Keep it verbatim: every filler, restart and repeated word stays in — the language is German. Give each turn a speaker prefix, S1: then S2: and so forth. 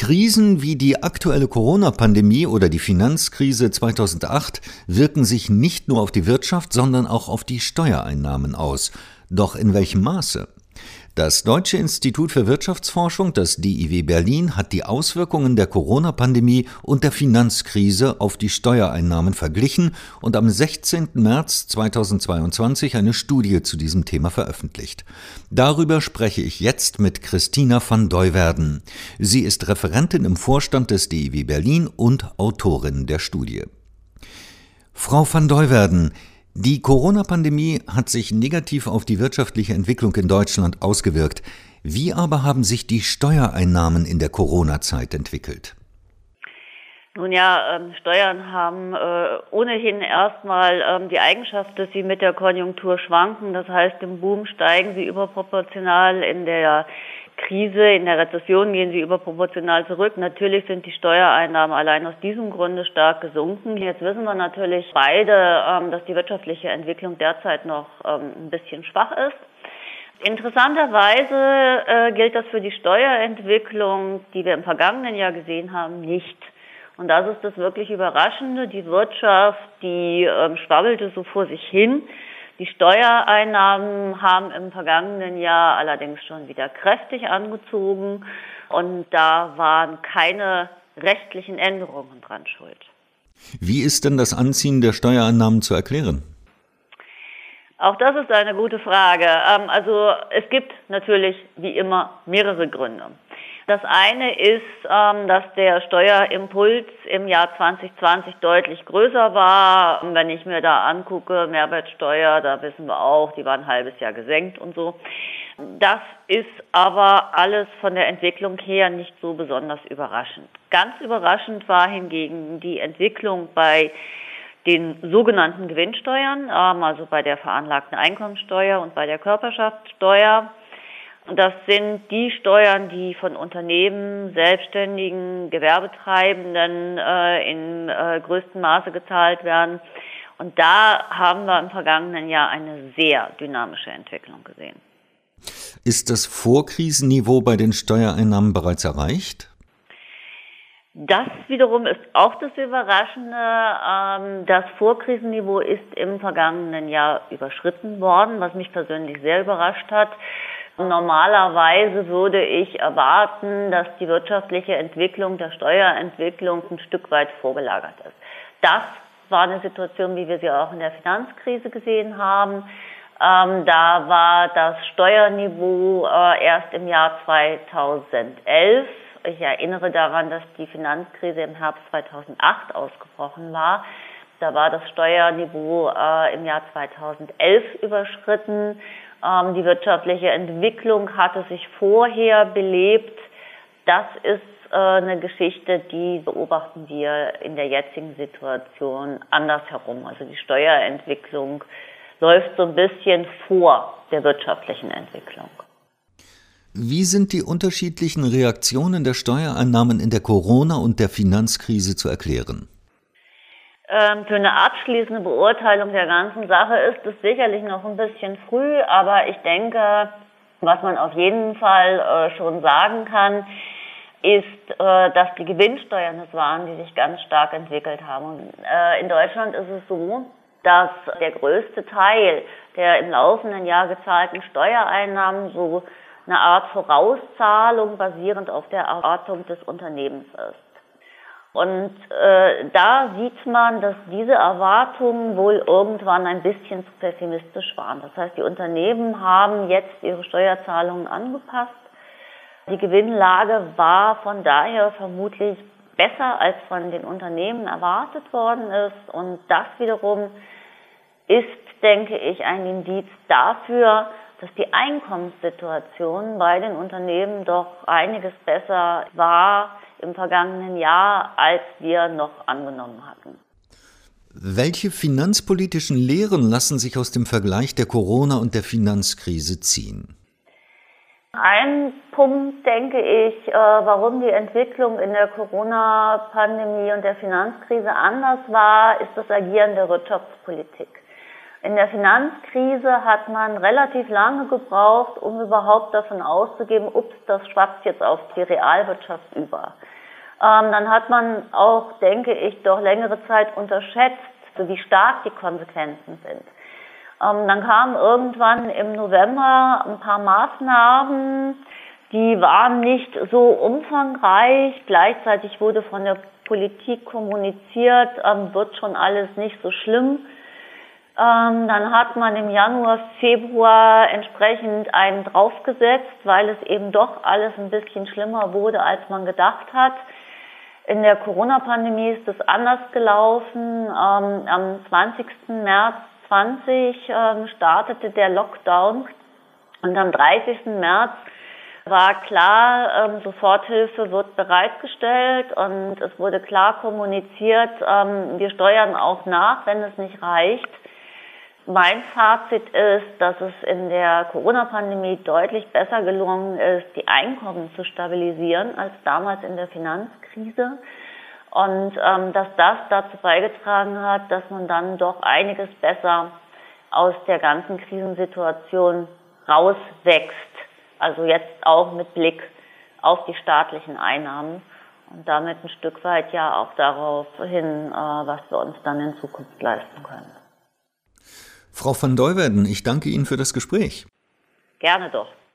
S1: Krisen wie die aktuelle Corona-Pandemie oder die Finanzkrise zweitausendacht wirken sich nicht nur auf die Wirtschaft, sondern auch auf die Steuereinnahmen aus. Doch in welchem Maße? Das Deutsche Institut für Wirtschaftsforschung, das D I W Berlin, hat die Auswirkungen der Corona-Pandemie und der Finanzkrise auf die Steuereinnahmen verglichen und am sechzehnten März zweitausendzweiundzwanzig eine Studie zu diesem Thema veröffentlicht. Darüber spreche ich jetzt mit Christina van Dooiwerden. Sie ist Referentin im Vorstand des D I W Berlin und Autorin der Studie. Frau van Dooiwerden, die Corona-Pandemie hat sich negativ auf die wirtschaftliche Entwicklung in Deutschland ausgewirkt. Wie aber haben sich die Steuereinnahmen in der Corona-Zeit entwickelt?
S2: Nun ja, ähm, Steuern haben äh, ohnehin erstmal ähm, die Eigenschaft, dass sie mit der Konjunktur schwanken. Das heißt, im Boom steigen sie überproportional, in der Krise, in der Rezession gehen sie überproportional zurück. Natürlich sind die Steuereinnahmen allein aus diesem Grunde stark gesunken. Jetzt wissen wir natürlich beide, ähm, dass die wirtschaftliche Entwicklung derzeit noch ähm, ein bisschen schwach ist. Interessanterweise äh, gilt das für die Steuerentwicklung, die wir im vergangenen Jahr gesehen haben, nicht. Und das ist das wirklich Überraschende. Die Wirtschaft, die ähm, schwabbelte so vor sich hin. Die Steuereinnahmen haben im vergangenen Jahr allerdings schon wieder kräftig angezogen und da waren keine rechtlichen Änderungen dran schuld.
S1: Wie ist denn das Anziehen der Steuereinnahmen zu erklären?
S2: Auch das ist eine gute Frage. Also es gibt natürlich wie immer mehrere Gründe. Das eine ist, dass der Steuerimpuls im Jahr zwanzig zwanzig deutlich größer war. Wenn ich mir da angucke, Mehrwertsteuer, da wissen wir auch, die war ein halbes Jahr gesenkt und so. Das ist aber alles von der Entwicklung her nicht so besonders überraschend. Ganz überraschend war hingegen die Entwicklung bei den sogenannten Gewinnsteuern, also bei der veranlagten Einkommensteuer und bei der Körperschaftssteuer. Das sind die Steuern, die von Unternehmen, Selbstständigen, Gewerbetreibenden äh, in äh, größtem Maße gezahlt werden. Und da haben wir im vergangenen Jahr eine sehr dynamische Entwicklung gesehen.
S1: Ist das Vorkrisenniveau bei den Steuereinnahmen bereits erreicht?
S2: Das wiederum ist auch das Überraschende. Das Vorkrisenniveau ist im vergangenen Jahr überschritten worden, was mich persönlich sehr überrascht hat. Normalerweise würde ich erwarten, dass die wirtschaftliche Entwicklung der Steuerentwicklung ein Stück weit vorgelagert ist. Das war eine Situation, wie wir sie auch in der Finanzkrise gesehen haben. Ähm, da war das Steuerniveau äh, erst im Jahr zweitausendelf. Ich erinnere daran, dass die Finanzkrise im Herbst zweitausendacht ausgebrochen war. Da war das Steuerniveau äh, im Jahr zweitausendelf überschritten. Ähm, die wirtschaftliche Entwicklung hatte sich vorher belebt. Das ist äh, eine Geschichte, die beobachten wir in der jetzigen Situation andersherum. Also die Steuerentwicklung läuft so ein bisschen vor der wirtschaftlichen Entwicklung.
S1: Wie sind die unterschiedlichen Reaktionen der Steuereinnahmen in der Corona- und der Finanzkrise zu erklären?
S2: Ähm, für eine abschließende Beurteilung der ganzen Sache ist es sicherlich noch ein bisschen früh, aber ich denke, was man auf jeden Fall äh, schon sagen kann, ist, äh, dass die Gewinnsteuern es waren, die sich ganz stark entwickelt haben. Und, äh, in Deutschland ist es so, dass der größte Teil der im laufenden Jahr gezahlten Steuereinnahmen so eine Art Vorauszahlung basierend auf der Erwartung des Unternehmens ist. Und äh, da sieht man, dass diese Erwartungen wohl irgendwann ein bisschen zu pessimistisch waren. Das heißt, die Unternehmen haben jetzt ihre Steuerzahlungen angepasst. Die Gewinnlage war von daher vermutlich besser, als von den Unternehmen erwartet worden ist. Und das wiederum ist, denke ich, ein Indiz dafür, dass die Einkommenssituation bei den Unternehmen doch einiges besser war im vergangenen Jahr, als wir noch angenommen hatten.
S1: Welche finanzpolitischen Lehren lassen sich aus dem Vergleich der Corona- und der Finanzkrise ziehen?
S2: Ein Punkt, denke ich, warum die Entwicklung in der Corona-Pandemie und der Finanzkrise anders war, ist das Agieren der Wirtschaftspolitik. In der Finanzkrise hat man relativ lange gebraucht, um überhaupt davon auszugehen, ups, das schwappt jetzt auf die Realwirtschaft über. ähm, dann hat man auch, denke ich, doch längere Zeit unterschätzt, so wie stark die Konsequenzen sind. Ähm, dann kamen irgendwann im November ein paar Maßnahmen, die waren nicht so umfangreich. Gleichzeitig wurde von der Politik kommuniziert, ähm, wird schon alles nicht so schlimm. Ähm, dann hat man im Januar, Februar entsprechend einen draufgesetzt, weil es eben doch alles ein bisschen schlimmer wurde, als man gedacht hat. In der Corona-Pandemie ist es anders gelaufen. Ähm, am zwanzigsten März zwanzig ähm, startete der Lockdown und am dreißigsten März war klar, ähm, Soforthilfe wird bereitgestellt und es wurde klar kommuniziert, ähm, wir steuern auch nach, wenn es nicht reicht. Mein Fazit ist, dass es in der Corona-Pandemie deutlich besser gelungen ist, die Einkommen zu stabilisieren als damals in der Finanzkrise. Und ähm, dass das dazu beigetragen hat, dass man dann doch einiges besser aus der ganzen Krisensituation rauswächst. Also jetzt auch mit Blick auf die staatlichen Einnahmen und damit ein Stück weit ja auch darauf hin, äh, was wir uns dann in Zukunft leisten können.
S1: Frau van Deuwerden, ich danke Ihnen für das Gespräch.
S2: Gerne doch.